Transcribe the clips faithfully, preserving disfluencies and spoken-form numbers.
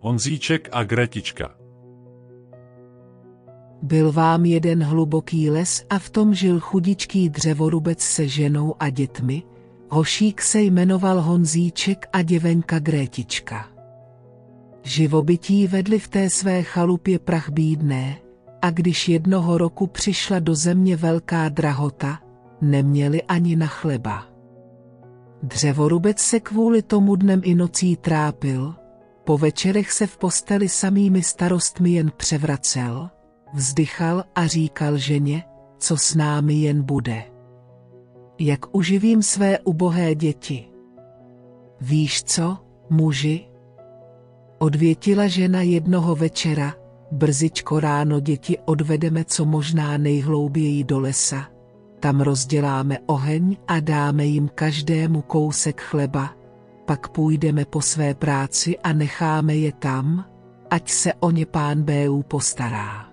Honzíček a Gretička. Byl vám jeden hluboký les a v tom žil chudičký dřevorubec se ženou a dětmi. Hošík se jmenoval Honzíček a děvenka Grétička. Živobytí vedli v té své chalupě prach bídné, a když jednoho roku přišla do země velká drahota, neměli ani na chleba. Dřevorubec se kvůli tomu dnem i nocí trápil, po večerech se v posteli samými starostmi jen převracel, vzdychal a říkal ženě, co s námi jen bude. Jak uživím své ubohé děti? Víš co, muži? Odvětila žena jednoho večera, brzičko ráno děti odvedeme co možná nejhlouběji do lesa, tam rozděláme oheň a dáme jim každému kousek chleba, pak půjdeme po své práci a necháme je tam, ať se o ně pán Bůh postará.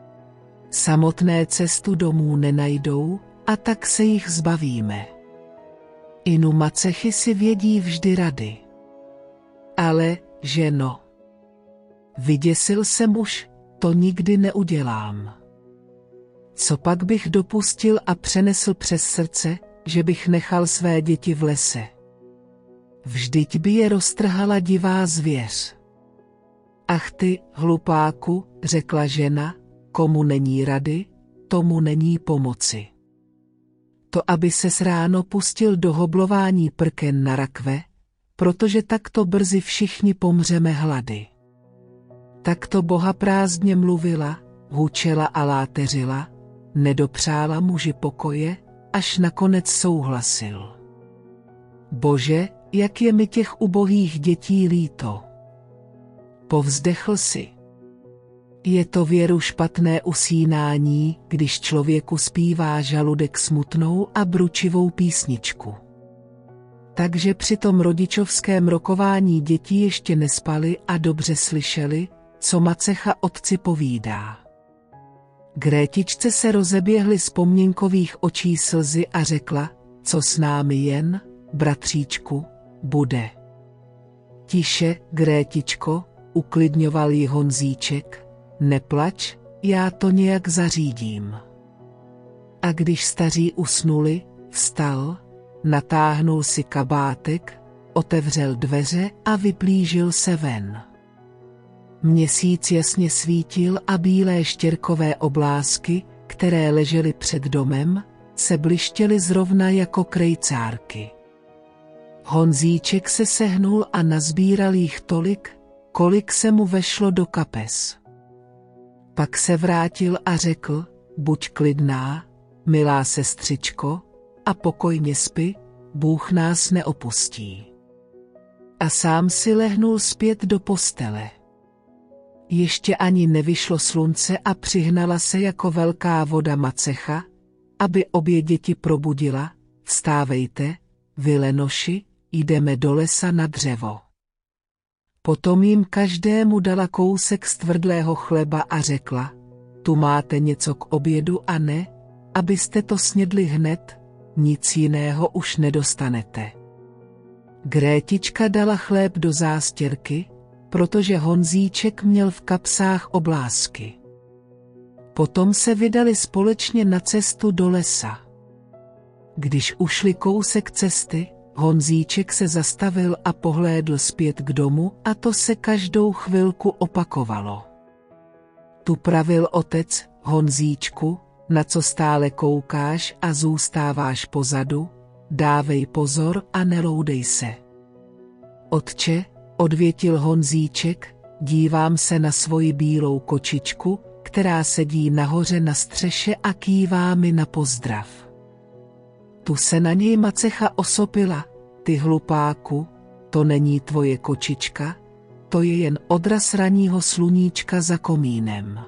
Samotné cestu domů nenajdou, a tak se jich zbavíme. Inu macechy si vědí vždy rady. Ale, ženo, vyděsil se muž, to nikdy neudělám. Co pak bych dopustil a přenesl přes srdce, že bych nechal své děti v lese? Vždyť by je roztrhala divá zvěř. Ach ty, hlupáku, řekla žena, komu není rady, tomu není pomoci. To aby ses ráno pustil do hoblování prken na rakve, protože takto brzy všichni pomřeme hlady. Takto boha prázdně mluvila, hučela a láteřila, nedopřála muži pokoje, až nakonec souhlasil. Bože, jak je mi těch ubohých dětí líto. Povzdechl si. Je to věru špatné usínání, když člověku zpívá žaludek smutnou a bručivou písničku. Takže při tom rodičovském rokování děti ještě nespali a dobře slyšeli, co macecha otci povídá. Grétičce se rozeběhly z pomněnkových očí slzy a řekla, co s námi jen, bratříčku, bude. Tiše, Grétičko, uklidňoval ji Honzíček, neplač, já to nějak zařídím. A když staří usnuli, vstal, natáhnul si kabátek, otevřel dveře a vyplížil se ven. Měsíc jasně svítil a bílé štěrkové oblásky, které ležely před domem, se blištěly zrovna jako krejcárky. Honzíček se sehnul a nazbíral jich tolik, kolik se mu vešlo do kapes. Pak se vrátil a řekl, buď klidná, milá sestřičko, a pokojně spi, Bůh nás neopustí. A sám si lehnul zpět do postele. Ještě ani nevyšlo slunce a přihnala se jako velká voda macecha, aby obě děti probudila, vstávejte, vy lenoši, jdeme do lesa na dřevo. Potom jim každému dala kousek z tvrdlého chleba a řekla, tu máte něco k obědu a ne, abyste to snědli hned, nic jiného už nedostanete. Grétička dala chléb do zástěrky, protože Honzíček měl v kapsách oblásky. Potom se vydali společně na cestu do lesa. Když ušli kousek cesty, Honzíček se zastavil a pohlédl zpět k domu a to se každou chvilku opakovalo. Tu pravil otec, Honzíčku, na co stále koukáš a zůstáváš pozadu, dávej pozor a neloudej se. Otče, odvětil Honzíček, dívám se na svoji bílou kočičku, která sedí nahoře na střeše a kývá mi na pozdrav. Tu se na něj macecha osopila, ty hlupáku, to není tvoje kočička, to je jen odraz ranního sluníčka za komínem.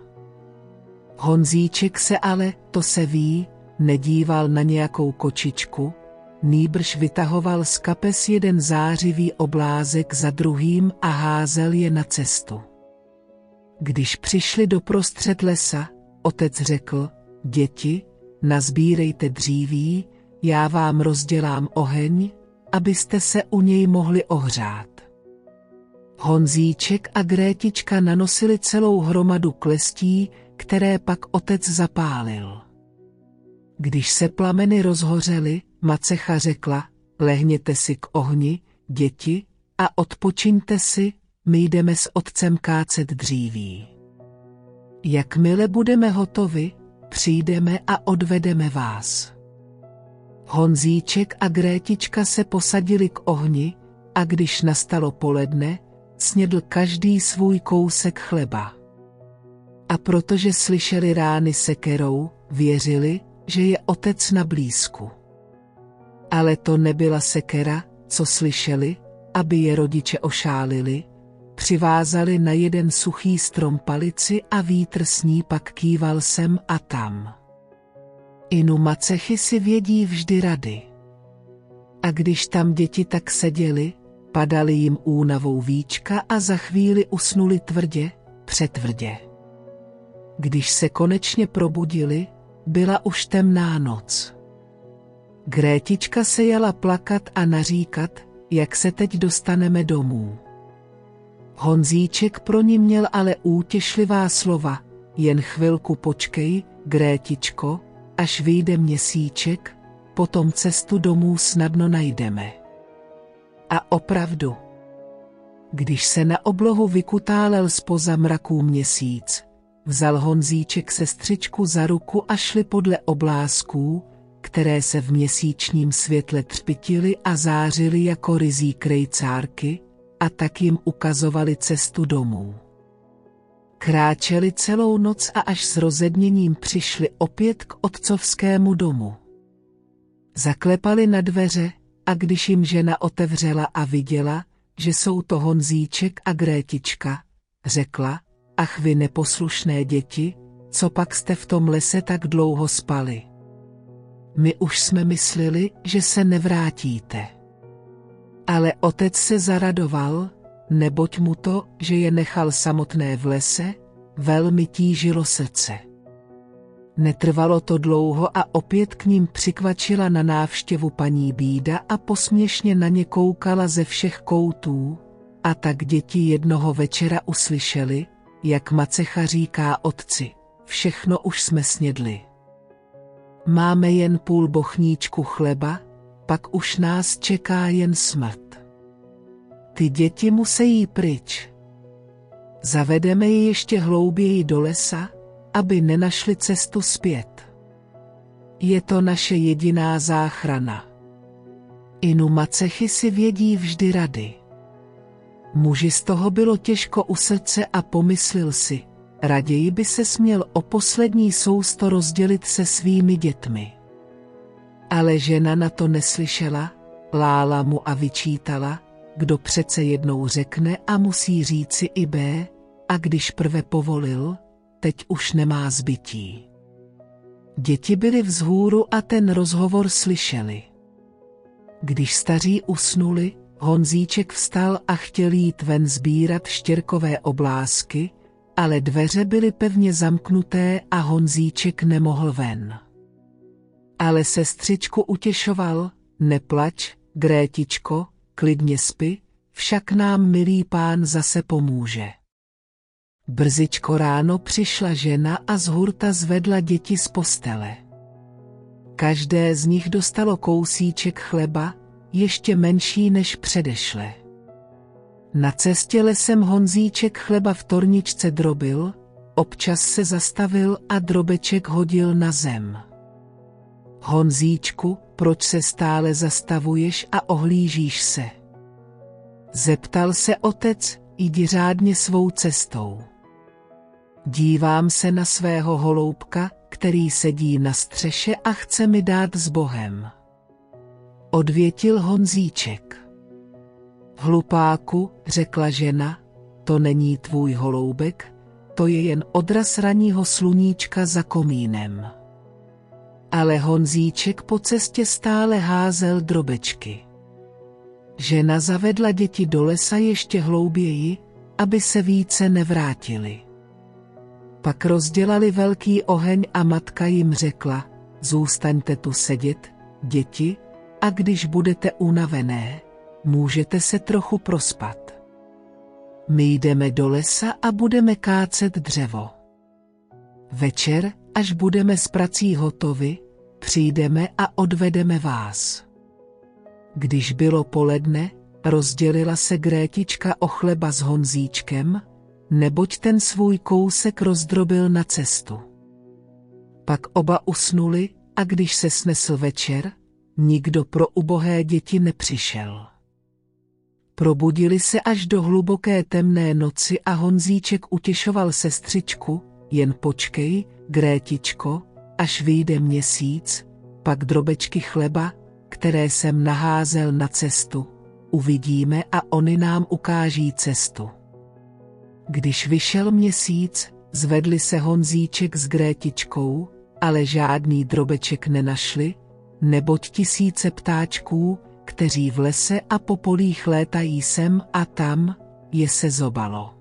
Honzíček se ale, to se ví, nedíval na nějakou kočičku, nýbrž vytahoval z kapes jeden zářivý oblázek za druhým a házel je na cestu. Když přišli do prostřed lesa, otec řekl, děti, nazbírejte dříví, já vám rozdělám oheň, abyste se u něj mohli ohřát. Honzíček a Grétička nanosili celou hromadu klestí, které pak otec zapálil. Když se plameny rozhořely, macecha řekla: lehněte si k ohni, děti, a odpočiňte si, my jdeme s otcem kácet dříví. Jakmile budeme hotovi, přijdeme a odvedeme vás. Honzíček a Grétička se posadili k ohni, a když nastalo poledne, snědl každý svůj kousek chleba. A protože slyšeli rány sekerou, věřili, že je otec na blízku. Ale to nebyla sekera, co slyšeli, aby je rodiče ošálili, přivázali na jeden suchý strom palici a vítr s ní pak kýval sem a tam. Inu macechy si vědí vždy rady. A když tam děti tak seděly, padaly jim únavou víčka a za chvíli usnuli tvrdě, přetvrdě. Když se konečně probudili, byla už temná noc. Grétička se jala plakat a naříkat, jak se teď dostaneme domů. Honzíček pro ní měl ale útěšlivá slova: jen chvilku počkej, Grétičko, až vyjde měsíček, potom cestu domů snadno najdeme. A opravdu. Když se na oblohu vykutálel zpoza mraků měsíc, vzal Honzíček sestřičku za ruku a šli podle oblásků, které se v měsíčním světle třpitily a zářily jako ryzí krejcárky, a tak jim ukazovali cestu domů. Kráčeli celou noc a až s rozedněním přišli opět k otcovskému domu. Zaklepali na dveře, a když jim žena otevřela a viděla, že jsou to Honzíček a Grétička, řekla: ach vy neposlušné děti, co pak jste v tom lese tak dlouho spali? My už jsme mysleli, že se nevrátíte. Ale otec se zaradoval, neboť mu to, že je nechal samotné v lese, velmi tížilo srdce. Netrvalo to dlouho a opět k ním přikvačila na návštěvu paní Bída a posměšně na ně koukala ze všech koutů, a tak děti jednoho večera uslyšeli, jak macecha říká otci: všechno už jsme snědli. Máme jen půl bochníčku chleba, pak už nás čeká jen smrt. Ty děti musejí pryč. Zavedeme je ještě hlouběji do lesa, aby nenašli cestu zpět. Je to naše jediná záchrana. Inu macechy si vědí vždy rady. Muži z toho bylo těžko u srdce a pomyslel si: raději by se směl o poslední sousto rozdělit se svými dětmi. Ale žena na to neslyšela, lála mu a vyčítala: kdo přece jednou řekne a musí říci i B, a když prve povolil, teď už nemá zbytí. Děti byly vzhůru a ten rozhovor slyšeli. Když staří usnuli, Honzíček vstal a chtěl jít ven sbírat štěrkové oblásky, ale dveře byly pevně zamknuté a Honzíček nemohl ven. Ale sestřičku utěšoval: neplač, Grétičko, klidně spi, však nám milý pán zase pomůže. Brzičko ráno přišla žena a z hurta zvedla děti z postele. Každé z nich dostalo kousíček chleba, ještě menší než předešle. Na cestě lesem Honzíček chleba v torničce drobil, občas se zastavil a drobeček hodil na zem. Honzíčku, proč se stále zastavuješ a ohlížíš se? Zeptal se otec: jdi řádně svou cestou. Dívám se na svého holoubka, který sedí na střeše a chce mi dát s Bohem. Odvětil Honzíček. Hlupáku, řekla žena, to není tvůj holoubek, to je jen odraz ranního sluníčka za komínem. Ale Honzíček po cestě stále házel drobečky. Žena zavedla děti do lesa ještě hlouběji, aby se více nevrátili. Pak rozdělali velký oheň a matka jim řekla: zůstaňte tu sedět, děti, a když budete unavené, můžete se trochu prospat. My jdeme do lesa a budeme kácet dřevo. Večer, až budeme s prací hotovi, přijdeme a odvedeme vás. Když bylo poledne, rozdělila se Grétička o chleba s Honzíčkem, neboť ten svůj kousek rozdrobil na cestu. Pak oba usnuli, a když se snesl večer, nikdo pro ubohé děti nepřišel. Probudili se až do hluboké temné noci a Honzíček utěšoval sestřičku: jen počkej, Grétičko, až vyjde měsíc, pak drobečky chleba, které jsem naházel na cestu, uvidíme a oni nám ukáží cestu. Když vyšel měsíc, zvedli se Honzíček s Grétičkou, ale žádný drobeček nenašli, neboť tisíce ptáčků, kteří v lese a po polích létají sem a tam, je se zobalo.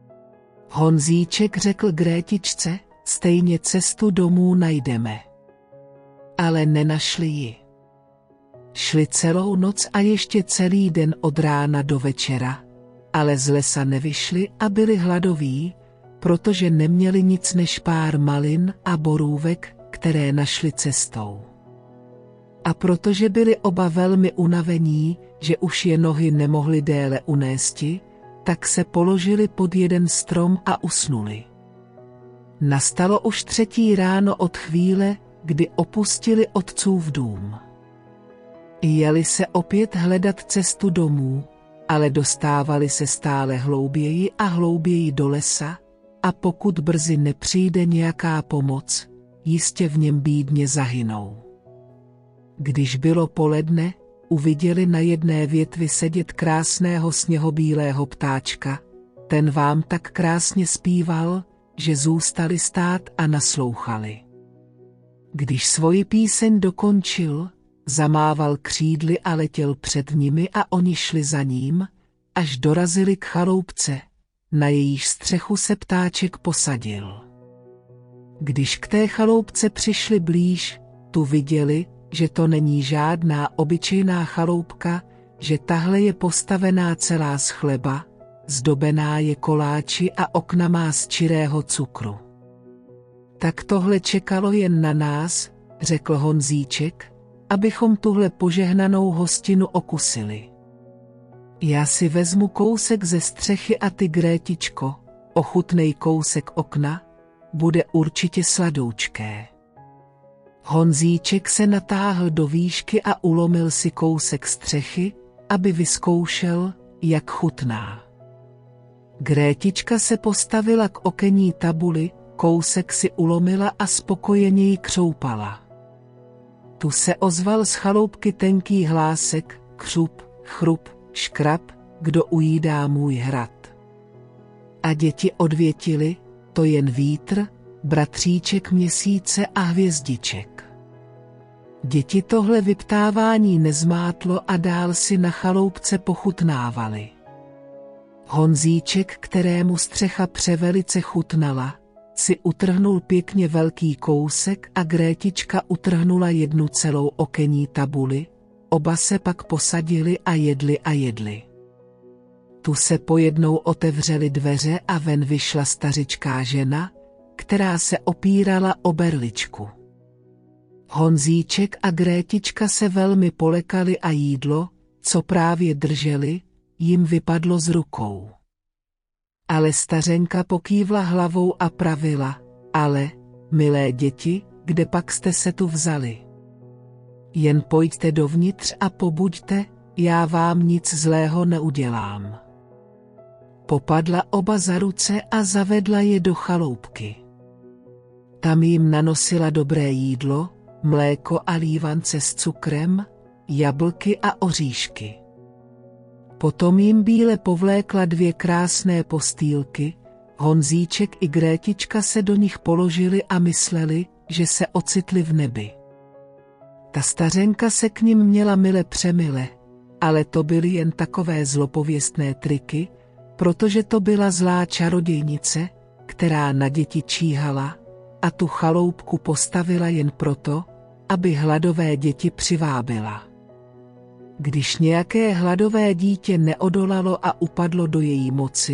Honzíček řekl Grétičce: stejně cestu domů najdeme. Ale nenašli ji. Šli celou noc a ještě celý den od rána do večera, ale z lesa nevyšli a byli hladoví, protože neměli nic než pár malin a borůvek, které našli cestou. A protože byli oba velmi unavení, že už je nohy nemohli déle unésti, tak se položili pod jeden strom a usnuli. Nastalo už třetí ráno od chvíle, kdy opustili otcův dům. Jeli se opět hledat cestu domů, ale dostávali se stále hlouběji a hlouběji do lesa, a pokud brzy nepřijde nějaká pomoc, jistě v něm bídně zahynou. Když bylo poledne, uviděli na jedné větvi sedět krásného sněhobílého ptáčka, ten vám tak krásně zpíval, že zůstali stát a naslouchali. Když svoji píseň dokončil, zamával křídly a letěl před nimi a oni šli za ním, až dorazili k chaloupce, na jejíž střechu se ptáček posadil. Když k té chaloupce přišli blíž, tu viděli, že to není žádná obyčejná chaloupka, že tahle je postavená celá z chleba, zdobená je koláči a okna má z čirého cukru. Tak tohle čekalo jen na nás, řekl Honzíček, abychom tuhle požehnanou hostinu okusili. Já si vezmu kousek ze střechy a ty, Grétičko, ochutnej kousek okna, bude určitě sladoučké. Honzíček se natáhl do výšky a ulomil si kousek střechy, aby vyzkoušel, jak chutná. Grétička se postavila k okenní tabuli, kousek si ulomila a spokojeně ji křoupala. Tu se ozval z chaloupky tenký hlásek: křup, chrup, škrap, kdo ujídá můj hrad. A děti odvětili: to jen vítr, bratříček měsíce a hvězdiček. Děti tohle vyptávání nezmátlo a dál si na chaloupce pochutnávali. Honzíček, kterému střecha převelice chutnala, si utrhnul pěkně velký kousek a Grétička utrhnula jednu celou okenní tabuli, oba se pak posadili a jedli a jedli. Tu se pojednou otevřely dveře a ven vyšla stařičká žena, která se opírala o berličku. Honzíček a Grétička se velmi polekali a jídlo, co právě drželi, jim vypadlo z rukou. Ale stařenka pokývla hlavou a pravila: ale, milé děti, kde pak jste se tu vzali? Jen pojďte dovnitř a pobuďte, já vám nic zlého neudělám. Popadla oba za ruce a zavedla je do chaloupky. Tam jim nanosila dobré jídlo, mléko a lívance s cukrem, jablky a oříšky. Potom jim bíle povlékla dvě krásné postýlky, Honzíček i Grétička se do nich položili a mysleli, že se ocitli v nebi. Ta stařenka se k nim měla mile přemile, ale to byly jen takové zlopověstné triky, protože to byla zlá čarodějnice, která na děti číhala a tu chaloupku postavila jen proto, aby hladové děti přivábila. Když nějaké hladové dítě neodolalo a upadlo do její moci,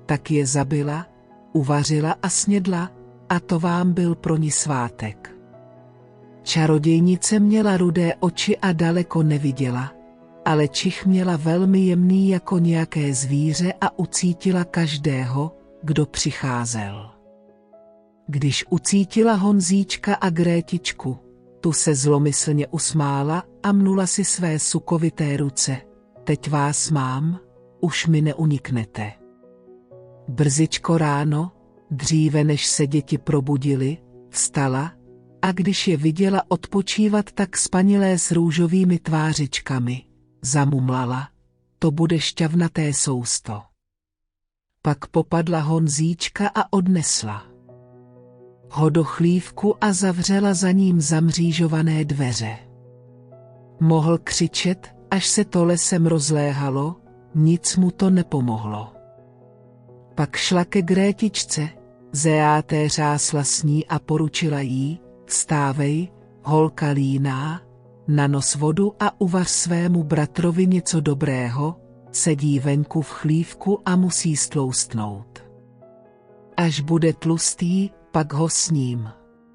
tak je zabila, uvařila a snědla, a to vám byl pro ní svátek. Čarodějnice měla rudé oči a daleko neviděla, ale čich měla velmi jemný jako nějaké zvíře a ucítila každého, kdo přicházel. Když ucítila Honzíčka a Grétičku, tu se zlomyslně usmála a mnula si své sukovité ruce. Teď vás mám, už mi neuniknete. Brzičko ráno, dříve než se děti probudily, vstala, a když je viděla odpočívat tak spanilé s růžovými tvářičkami, zamumlala, to bude šťavnaté sousto. Pak popadla Honzíčka a odnesla ho do chlívku a zavřela za ním zamřížované dveře. Mohl křičet, až se to lesem rozléhalo, nic mu to nepomohlo. Pak šla ke Grétičce, zeáté řásla s ní a poručila jí, vstávej, holka líná, na nos vodu a uvař svému bratrovi něco dobrého, sedí venku v chlívku a musí stloustnout. Až bude tlustý, pak ho s ním.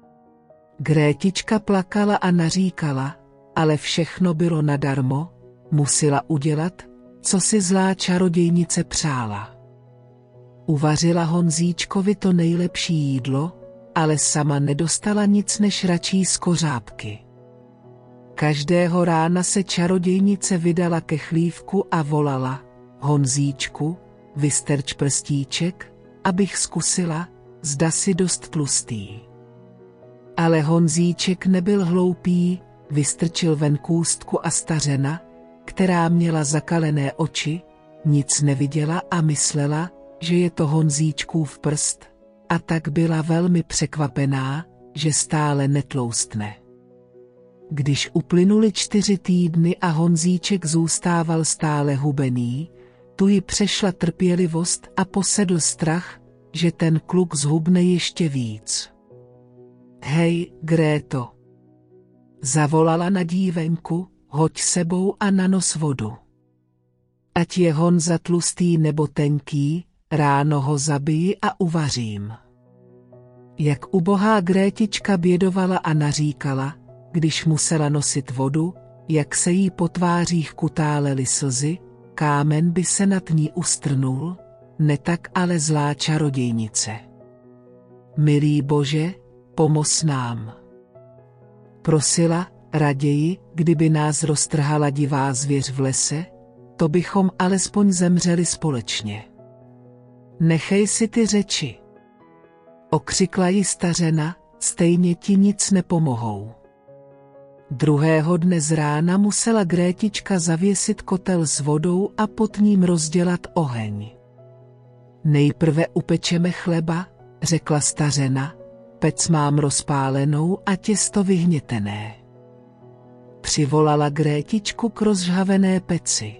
Grétička plakala a naříkala, ale všechno bylo nadarmo, musela udělat, co si zlá čarodějnice přála. Uvařila Honzíčkovi to nejlepší jídlo, ale sama nedostala nic než račí z kořápky. Každého rána se čarodějnice vydala ke chlívku a volala, Honzíčku, vystrč prstíček, abych zkusila, zda si dost tlustý. Ale Honzíček nebyl hloupý, vystrčil ven kůstku a stařena, která měla zakalené oči, nic neviděla a myslela, že je to Honzíčkův prst, a tak byla velmi překvapená, že stále netloustne. Když uplynuly čtyři týdny a Honzíček zůstával stále hubený, tu ji přešla trpělivost a posedl strach, že ten kluk zhubne ještě víc. Hej, Gréto! Zavolala na dívenku, hoď sebou a na nos vodu. Ať je Honza tlustý nebo tenký, ráno ho zabiji a uvařím. Jak ubohá Grétička bědovala a naříkala, když musela nosit vodu, jak se jí po tvářích kutálely slzy, kámen by se nad ní ustrnul, ne tak ale zlá čarodějnice. Milý Bože, pomoz nám. Prosila, raději, kdyby nás roztrhala divá zvěř v lese, to bychom alespoň zemřeli společně. Nechej si ty řeči. Okřikla ji stařena, stejně ti nic nepomohou. Druhého dne z rána musela Grétička zavěsit kotel s vodou a pod ním rozdělat oheň. Nejprve upečeme chleba, řekla stařena, pec mám rozpálenou a těsto vyhnětené. Přivolala Grétičku k rozžhavené peci.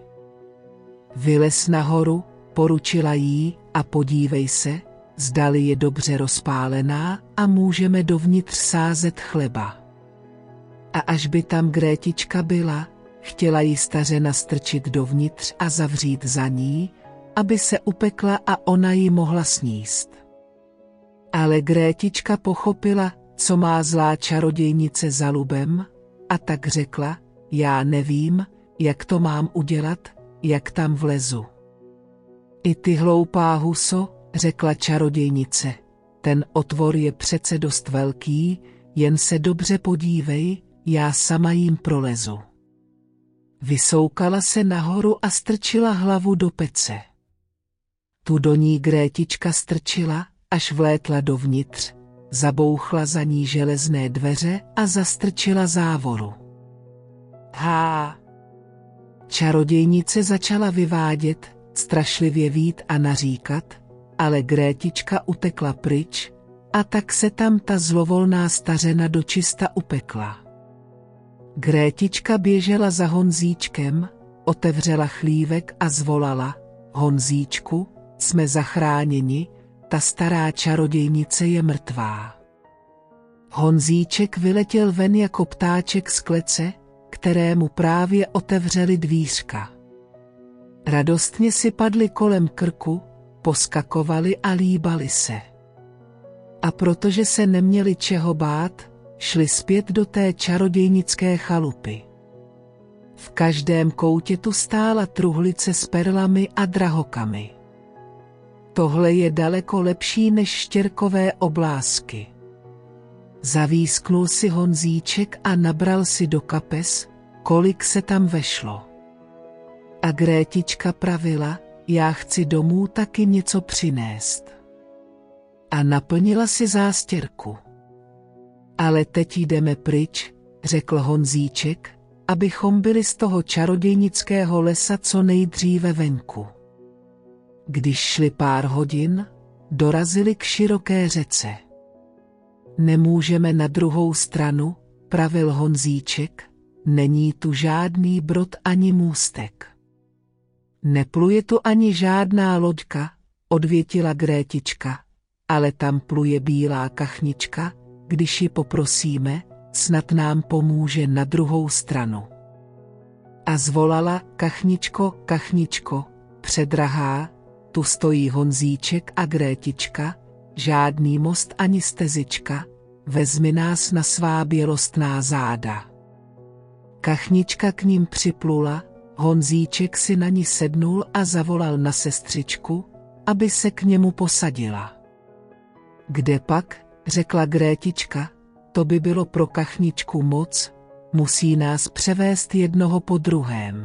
Vylez nahoru, poručila jí, a podívej se, zdali je dobře rozpálená a můžeme dovnitř sázet chleba. A až by tam Grétička byla, chtěla ji stařena strčit dovnitř a zavřít za ní, aby se upekla a ona ji mohla sníst. Ale Grétička pochopila, co má zlá čarodějnice za lubem, a tak řekla, já nevím, jak to mám udělat, jak tam vlezu. I ty hloupá huso, řekla čarodějnice, ten otvor je přece dost velký, jen se dobře podívej, já sama jim prolezu. Vysoukala se nahoru a strčila hlavu do pece. Tu do ní Grétička strčila, až vlétla dovnitř, zabouchla za ní železné dveře a zastrčila závoru. Há! Čarodějnice začala vyvádět, strašlivě vít a naříkat, ale Grétička utekla pryč, a tak se tam ta zlovolná stařena dočista upekla. Grétička běžela za Honzíčkem, otevřela chlívek a zvolala, Honzíčku, jsme zachráněni, ta stará čarodějnice je mrtvá. Honzíček vyletěl ven jako ptáček z klece, kterému právě otevřeli dvířka. Radostně si padli kolem krku, poskakovali a líbali se. A protože se neměli čeho bát, šli zpět do té čarodějnické chalupy. V každém koutě tu stála truhlice s perlami a drahokamy. Tohle je daleko lepší než štěrkové oblásky. Zavísknul si Honzíček a nabral si do kapes, kolik se tam vešlo. A Grétička pravila, já chci domů taky něco přinést. A naplnila si zástěrku. Ale teď jdeme pryč, řekl Honzíček, abychom byli z toho čarodějnického lesa co nejdříve venku. Když šli pár hodin, dorazili k široké řece. Nemůžeme na druhou stranu, pravil Honzíček, není tu žádný brod ani můstek. Nepluje tu ani žádná loďka, odvětila Grétička, ale tam pluje bílá kachnička, když ji poprosíme, snad nám pomůže na druhou stranu. A zvolala, kachničko, kachničko, předrahá, tu stojí Honzíček a Grétička, žádný most ani stezička, vezmi nás na svá bělostná záda. Kachnička k ním připlula, Honzíček si na ní sednul a zavolal na sestřičku, aby se k němu posadila. Kde pak, řekla Grétička, to by bylo pro kachničku moc, musí nás převést jednoho po druhém.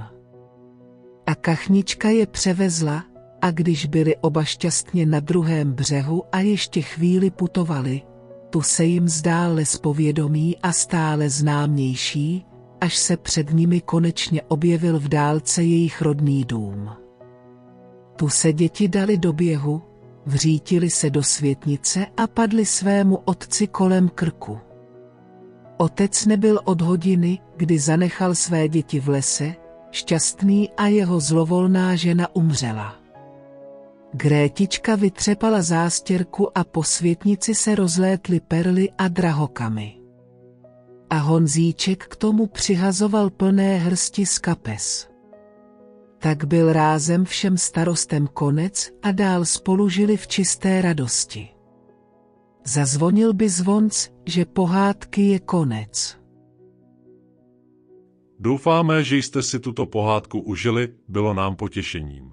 A kachnička je převezla, a když byli oba šťastně na druhém břehu a ještě chvíli putovali, tu se jim zdál les povědomí a stále známější, až se před nimi konečně objevil v dálce jejich rodný dům. Tu se děti dali do běhu, vřítili se do světnice a padli svému otci kolem krku. Otec nebyl od hodiny, kdy zanechal své děti v lese, šťastný a jeho zlovolná žena umřela. Grétička vytřepala zástěrku a po světnici se rozlétly perly a drahokamy. A Honzíček k tomu přihazoval plné hrsti z kapes. Tak byl rázem všem starostem konec a dál spolu žili v čisté radosti. Zazvonil by zvonc, že pohádky je konec. Doufáme, že jste si tuto pohádku užili, bylo nám potěšením.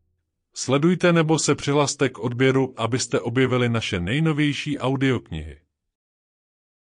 Sledujte nebo se přihlaste k odběru, abyste objevili naše nejnovější audioknihy.